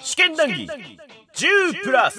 試験談義10プラス。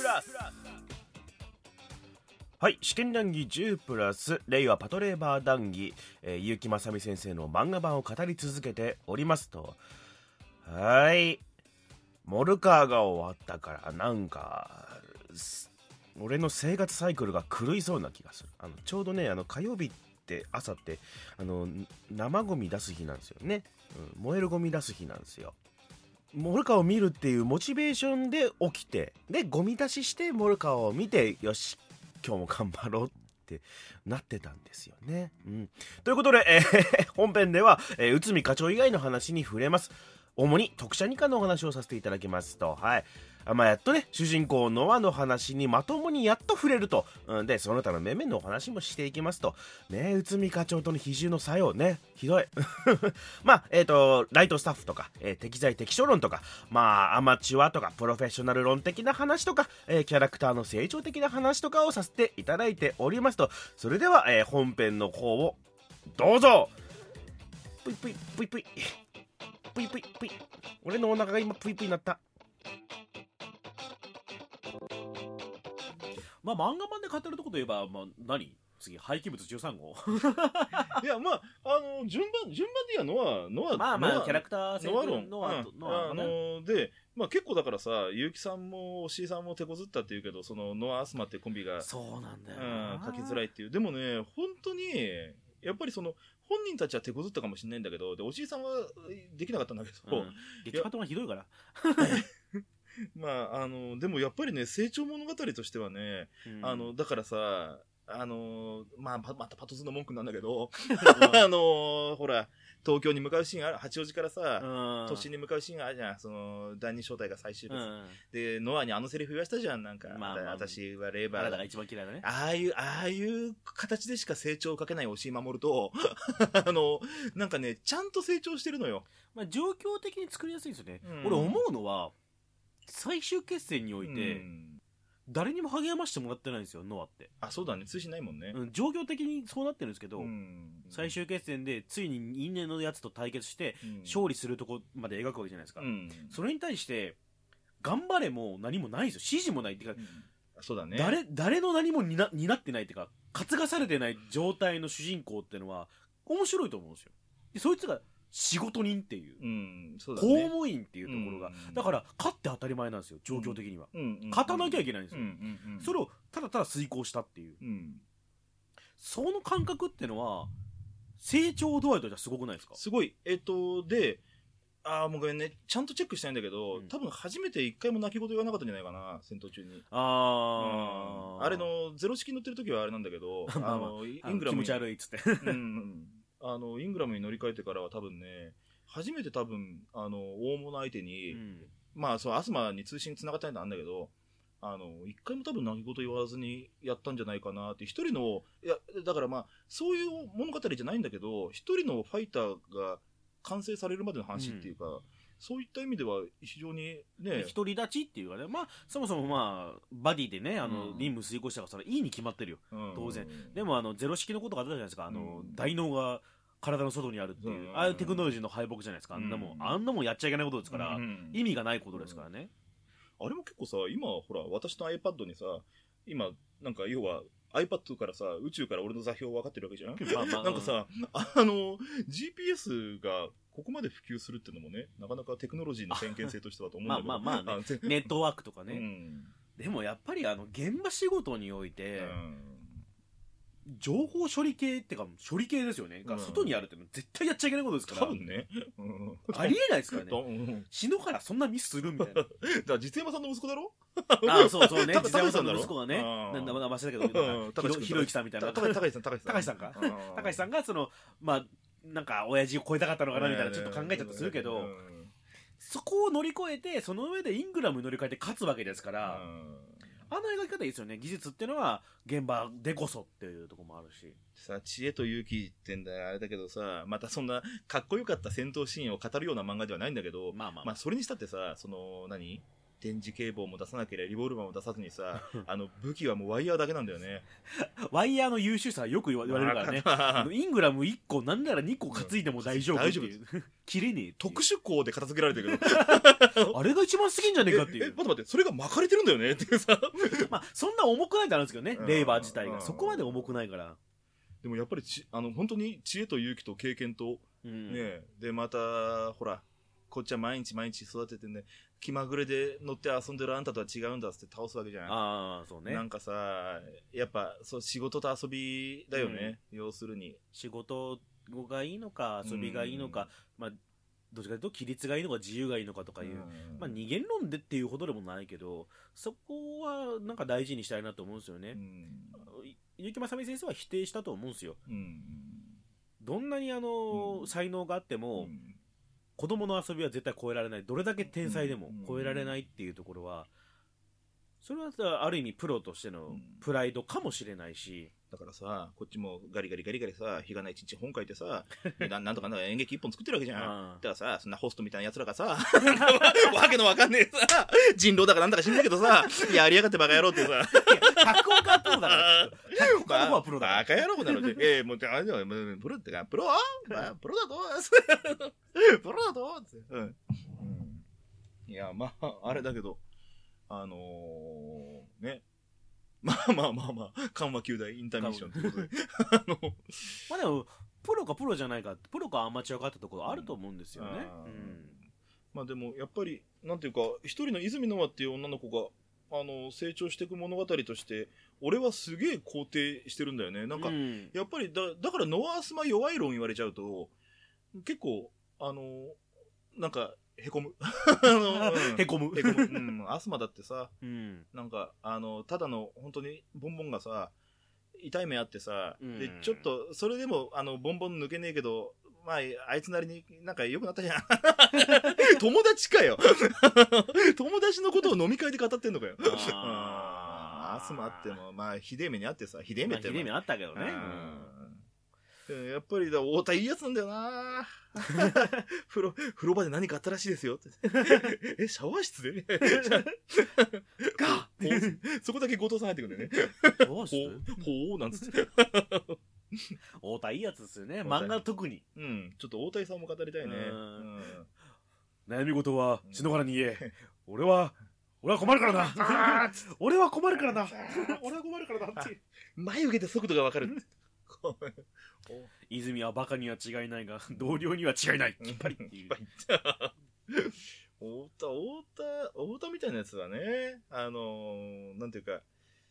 はい、試験談義10プラス令和パトレーバー談義、結城正美先生の漫画版を語り続けておりますと、はい、モルカーが終わったからなんか俺の生活サイクルが狂いそうな気がする。ちょうどね、火曜日って朝って生ゴミ出す日なんですよね、燃えるゴミ出す日なんですよ。モルカーを見るっていうモチベーションで起きて、でゴミ出ししてモルカーを見て、よし今日も頑張ろうってなってたんですよね、ということで、本編では、内海課長以外の話に触れます。主に特殊二課のお話をさせていただきますと、はい、やっとね、主人公ノアの話にまともにやっと触れると、でその他の面々のお話もしていきますとね。内海課長との比重の作用ね、ひどいライトスタッフとか、適材適所論とか、アマチュアとかプロフェッショナル論的な話とか、キャラクターの成長的な話とかをさせていただいておりますと、それでは、本編の方をどうぞ。ぷいぷいぷいぷいぷいぷいぷい、俺のお腹が今ぷいぷいになった。漫画版で語るとこといえば、何次廃棄物13号いや順番でやのはキャラクター性論で、結構だからさ、結城さんも押井さんも手こずったっていうけど、そのノアアスマってコンビがそうなんだよ書きづらいっていう。でもね、本当にやっぱりその本人たちは手こずったかもしれないんだけど、で押井さんはできなかったんだけど、 激パトがひどいからでもやっぱりね、成長物語としてはね、だからさ、またパトズの文句なんだけどほら東京に向かうシーンある、八王子からさ、都心に向かうシーンがあるじゃん。その第二小隊が最終ですで、ノアにセリフ言わしたじゃん。なんか、私はレーバーが一番嫌いだね。 ああいう形でしか成長をかけない押井守となんかね、ちゃんと成長してるのよ。 状況的に作りやすいですよね。俺思うのは最終決戦において、誰にも励ましてもらってないんですよ、ノアって。 そうだね、通信ないもんね。 状況的にそうなってるんですけど、最終決戦でついに因縁のやつと対決して、勝利するとこまで描くわけじゃないですか。それに対して頑張れも何もないんですよ。指示もないっていうか、 そうだね。 誰の何も担ってないっていうか、担がされてない状態の主人公っていうのは面白いと思うんですよ。でそいつが仕事人っていう、 そうだね、 公務員っていうところが、だから勝って当たり前なんですよ、状況的には。勝たなきゃいけないんですよ。それをただただ遂行したっていう、その感覚っていうのは成長度合いとしてはすごくないですか？ すごい。で、もうごめんね、ちゃんとチェックしたいんだけど、多分初めて一回も泣き言言わなかったんじゃないかな、戦闘中に。あれのゼロ式に乗ってる時はあれなんだけど、イングラムに気持ち悪いっつってイングラムに乗り換えてからは多分ね、初めて多分大物相手に、そうアスマに通信つながったんだけど、一回も多分泣き言言わずにやったんじゃないかなって。一人の、いやだからそういう物語じゃないんだけど、一人のファイターが完成されるまでの話っていうか、そういった意味では非常にね、 独り立ちっていうかね、そもそもバディでね、任務遂行したからそれいいに決まってるよ、当然。でもゼロ式のことがあったじゃないですか、大脳が体の外にあるっていう、ああいうテクノロジーの敗北じゃないですか。あんなもんやっちゃいけないことですから、意味がないことですからね。 あれも結構さ、今ほら私の iPad にさ、今なんか要は iPad からさ、宇宙から俺の座標分かってるわけじゃん。なんかさ、GPS がここまで普及するっていうのもね、なかなかテクノロジーの先見性としてはと思うんだけど、 ネットワークとかね、でもやっぱり現場仕事において、情報処理系ってか処理系ですよね、が外にあるって絶対やっちゃいけないことですから。 多分ね、 ありえないですからね。篠原そんなミスするみたいな。だから実山さんの息子だろ。 そうね、実山さんの息子がね、名前忘れたけど、ひろゆきさんみたいな。高橋さんか。高橋さんがなんか親父を超えたかったのかなみたいなちょっと考えちゃったりするけど、そこを乗り越えて、その上でイングラムに乗り換えて勝つわけですから、あの描き方いいですよね。技術っていうのは現場でこそっていうところもあるしさ、知恵と勇気ってんだよあれだけどさ、またそんなかっこよかった戦闘シーンを語るような漫画ではないんだけど、それにしたってさ、その電磁警棒も出さなければリボルバーも出さずにさ武器はもうワイヤーだけなんだよね。 ワイヤーの優秀さはよく言われるからねイングラム1個なんなら2個担いでも大丈夫っていう切れねえ特殊鋼で片付けられてるけどあれが一番すげえんじゃねえかっていう待って待ってそれが巻かれてるんだよねっていうさまあそんな重くないってあるんですけどね、レーバー自体がそこまで重くないから。 でもやっぱり本当に知恵と勇気と経験と、ねでまたほらこっちは毎日毎日育ててね気まぐれで乗って遊んでるあんたとは違うんだっつって倒すわけじゃん。 ああそうね。 なんかさやっぱそう仕事と遊びだよね、要するに仕事がいいのか遊びがいいのか、まあどっちかというと規律がいいのか自由がいいのかとかいう、まあ二元論でっていうほどでもないけどそこはなんか大事にしたいなと思うんですよね。結城正美先生は否定したと思うんですよ。どんなに才能があっても、子供の遊びは絶対超えられない。どれだけ天才でも超えられないっていうところは、それはある意味プロとしてのプライドかもしれないし、 だからさこっちもガリガリガリガリさ日がない一日本書いてさなんとか演劇一本作ってるわけじゃんだからさそんなホストみたいな奴らがさわけのわかんねえさ人狼だかなんだか知んないけどさやりやがってバカ野郎ってさ脚本家プロだから脚本家の方はプロだからバカ野郎なのってもうあれだよプロってかプロだとプロだといやまああれだけどねまあ緩和球大インターミッションということでまあでもプロかプロじゃないかプロかアマチュアかってところあると思うんですよね。 まあでもやっぱりなんていうか一人の泉ノ和っていう女の子が成長していく物語として俺はすげえ肯定してるんだよね。なんか、やっぱりだからノアアスマ弱い論言われちゃうと結構なんかへこむへこむアスマだってさ、なんかただの本当にボンボンがさ痛い目あってさ、でちょっとそれでもボンボン抜けねえけどまああいつなりになんか良くなったじゃん友達かよ友達のことを飲み会で語ってんのかよアスマあってもまあひでえ目にあってさひでえ目ってひでえ目あったけどね。 やっぱり太田いいやつなんだよな風呂場で何かあったらしいですよってシャワー室でガッそこだけ後藤さん入ってくるんだよねシャワー室ほうなんつって太田いいやつですよね。漫画特にちょっと太田さんも語りたいね。 悩み事は篠原に言え俺は困るからな俺は困るからなって眉毛で速度が分かる泉はバカには違いないが同僚には違いないきっぱりっていう太田みたいなやつはねなんていうか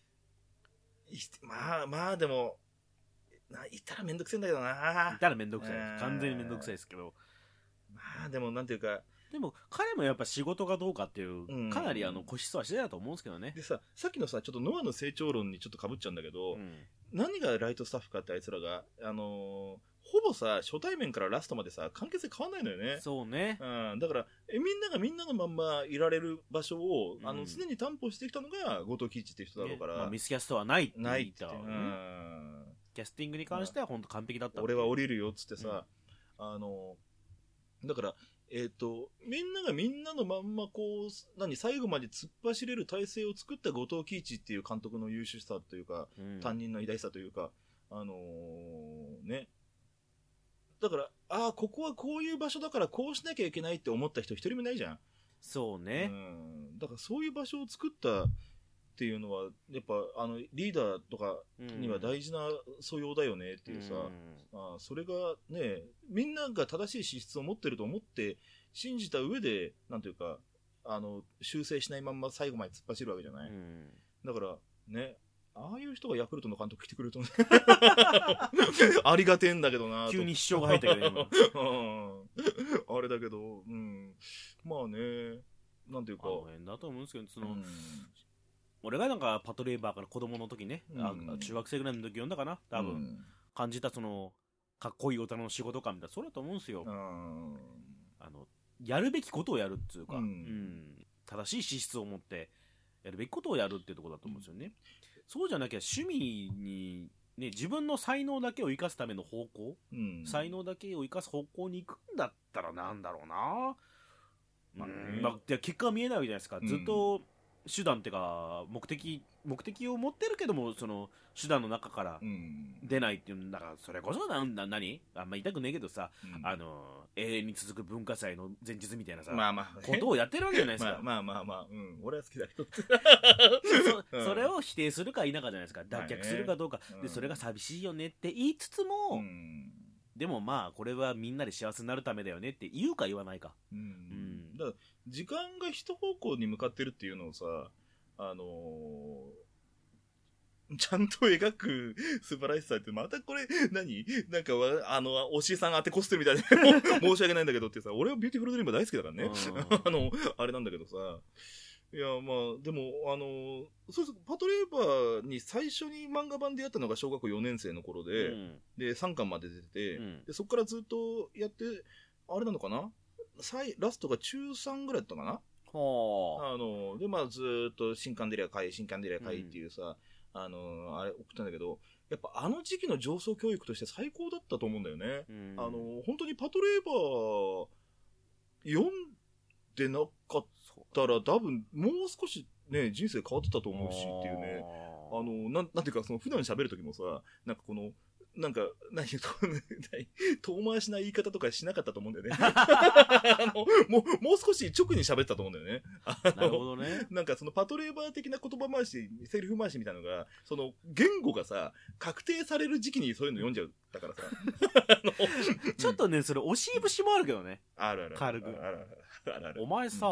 まあでも言ったらめんどくせえんだけどな。 言ったらめんどくさい完全にめんどくさいですけどまあでもなんていうかでも彼もやっぱ仕事がどうかっていうかなり固執はしてたと思うんですけどね。 でさっきのさちょっとノアの成長論にちょっとかぶっちゃうんだけど、何がライトスタッフかってあいつらがほぼさ初対面からラストまでさ関係性変わんないのよね。 そうね、 だからみんなのまんまいられる場所を常に担保してきたのが後藤喜一っていう人だろうから、 ミスキャストはないって言ったないって、 キャスティングに関しては本当完璧だった。 俺は降りるよっつってさ、だからみんながみんなのまんまこう最後まで突っ走れる体制を作った後藤喜一っていう監督の優秀さというか、担任の偉大さというかねだからここはこういう場所だからこうしなきゃいけないって思った人一人もいないじゃん。 そうね、 だからそういう場所を作ったっていうのはやっぱリーダーとかには大事な素養だよねっていうさ、それがねみんなが正しい資質を持ってると思って信じた上でなんていうか修正しないまんま最後まで突っ走るわけじゃない、だからねああいう人がヤクルトの監督来てくれるとありがてえんだけどな急に支障が入ったけど今あれだけどまあねなんていうか変だと思うんですけど俺がなんかパトレーバーから子供の時ね、中学生ぐらいの時読んだかな多分、感じたかっこいい大人の仕事感みたいなそれだと思うんですよ。やるべきことをやるっていうか、正しい資質を持ってやるべきことをやるっていうところだと思うんですよね。そうじゃなきゃ趣味に、ね、自分の才能だけを生かすための方向、才能だけを生かす方向に行くんだったらなんだろうな結果は見えないわけじゃないですか、ずっと手段ってか目的を持ってるけども、その手段の中から出ないっていうんだから、それこそ何あんま言いたくねえけどさ、永遠に続く文化祭の前日みたいなさ、ことをやってるわけじゃないですか。 俺は好きだけどそれを否定するか否かじゃないですか、脱却するかどうか、でそれが寂しいよねって言いつつも、でもこれはみんなで幸せになるためだよねって言うか言わないか。 だから時間が一方向に向かってるっていうのをさ、ちゃんと描く素晴らしさって、またこれなんかおしさん当てこしてるみたいで申し訳ないんだけどってさ、俺はビューティフルドリーム大好きだからねあれなんだけどさ、いやでもそうパトレーバーに最初に漫画版でやったのが小学校4年生の頃で、で3巻まで出てて、でそこからずっとやって、あれなのかな、ラストが中3ぐらいだったかな。でずーっと新刊出りゃ買いっていうさ、あれ送ったんだけど、やっぱあの時期の上層教育として最高だったと思うんだよね。本当にパトレーバー読んでなかったら多分もう少しね人生変わってたと思うしっていうね、なんていうか、その普段喋る時もさ、なんかこの遠回しな言い方とかしなかったと思うんだよねもう少し直に喋ったと思うんだよね。 なるほどね。 なんかそのパトレーバー的な言葉回し、セリフ回しみたいなのが、その言語がさ、確定される時期にそういうの読んじゃうだからさちょっとね、それ惜しい節もあるけどね。 ある軽く。お前さ、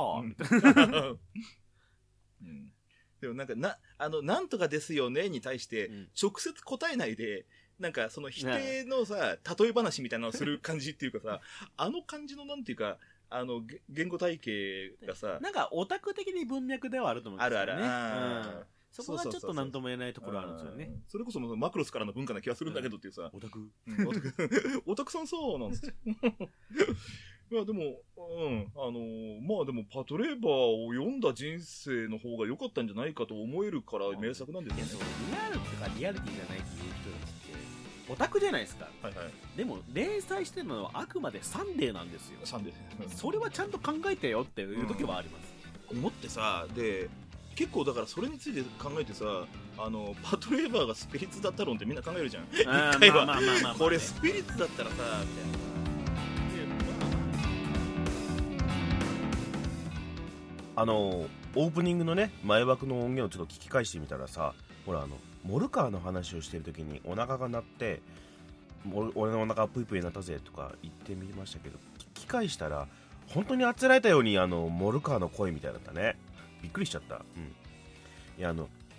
でもなんとかですよねに対して直接答えないで、なんかその否定のさ、例え話みたいなのをする感じっていうかさ、あの感じのなんていうか、言語体系がさ、 なんかオタク的に文脈ではあると思うんですよね。そこはちょっと何とも言えないところあるんですよね。 それこそマクロスからの文化な気がするんだけどっていうさ、 オタクオタクさんそうなんですよいやでもでもパトレーバーを読んだ人生の方が良かったんじゃないかと思えるから名作なんですよね。 リアルってかリアリティじゃないっていう人たちってオタクじゃないですか。でも連載してるのはあくまでサンデーなんですよ。それはちゃんと考えてよっていう時はあります。 思ってさ、で結構だからそれについて考えてさ、パトレーバーがスピリッツだった論ってみんな考えるじゃん。一回はこれスピリッツだったらさみたいな。 オープニングのね前枠の音源をちょっと聞き返してみたらさ、ほらモルカーの話をしてる時にお腹が鳴って俺のお腹プイプイ鳴ったぜとか言ってみましたけど、聞き返したら本当にあつらえたようにモルカーの声みたいだったね。びっくりしちゃった。いや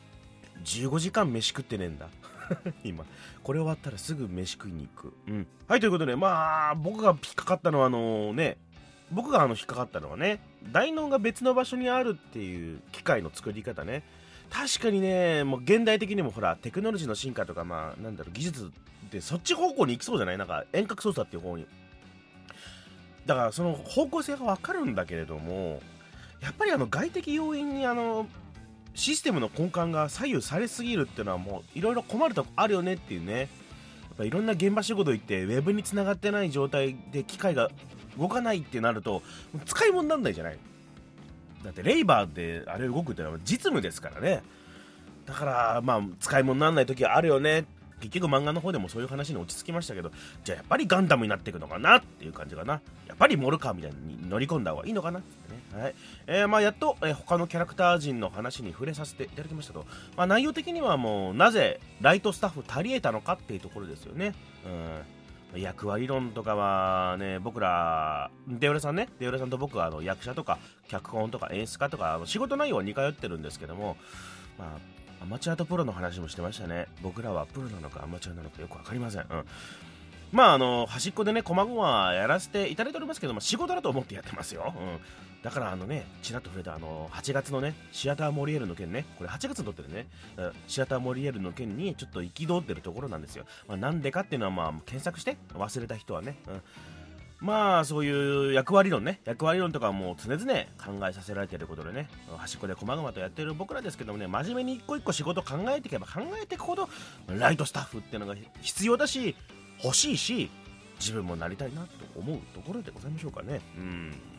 15時間飯食ってねえんだ今これ終わったらすぐ飯食いに行く。はい、ということで僕が引っかかったのは僕が引っかかったのはね、大脳が別の場所にあるっていう機械の作り方ね。確かにね、もう現代的にもほらテクノロジーの進化とか技術ってそっち方向に行きそうじゃない？なんか遠隔操作っていう方に。だからその方向性がわかるんだけれども、やっぱり外的要因にシステムの根幹が左右されすぎるっていうのはもういろいろ困るとこあるよねっていうね。やっぱいろんな現場仕事行ってウェブに繋がってない状態で機械が動かないってなると使い物にならないじゃない。だってレイバーであれ動くってのは実務ですからね。だから使い物にならない時はあるよね。結局漫画の方でもそういう話に落ち着きましたけど、じゃあやっぱりガンダムになっていくのかなっていう感じかな。やっぱりモルカーみたいに乗り込んだ方がいいのかなってね。はい。やっと、他のキャラクター陣の話に触れさせていただきましたと。内容的にはもうなぜライトスタッフ足り得たのかっていうところですよね。役割論とかはね、僕らデオレさんと僕は役者とか脚本とか演出家とか仕事内容は似通ってるんですけども、アマチュアとプロの話もしてましたね。僕らはプロなのかアマチュアなのかよく分かりません。端っこでね細々やらせていただいておりますけども、仕事だと思ってやってますよ。だからちらっと触れた8月のねシアターモリエールの件ね、これ8月に撮ってるね、シアターモリエールの件にちょっと憤ってるところなんですよ。なんでかっていうのは検索して忘れた人はね、そういう役割論とかも常々考えさせられていることでね、端っこで細々とやってる僕らですけどもね、真面目に一個一個仕事考えていけば考えていくほどライトスタッフっていうのが必要だし欲しいし、自分もなりたいなと思うところでございましょうかね。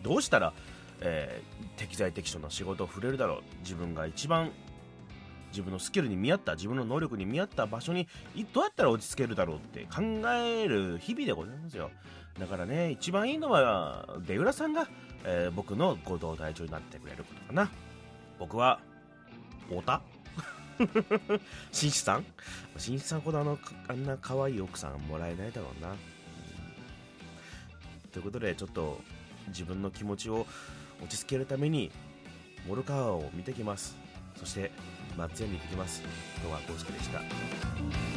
どうしたら、適材適所な仕事を振れるだろう、自分が一番自分のスキルに見合った、自分の能力に見合った場所にどうやったら落ち着けるだろうって考える日々でございますよ。だからね、一番いいのは出浦さんが、僕の合同隊長になってくれることかな。僕は太田紳士さんほどあんな可愛い奥さんもらえないだろうな、ということで、ちょっと自分の気持ちを落ち着けるためにモルカーを見てきます。そして松屋に行ってきます。戸川浩介でした。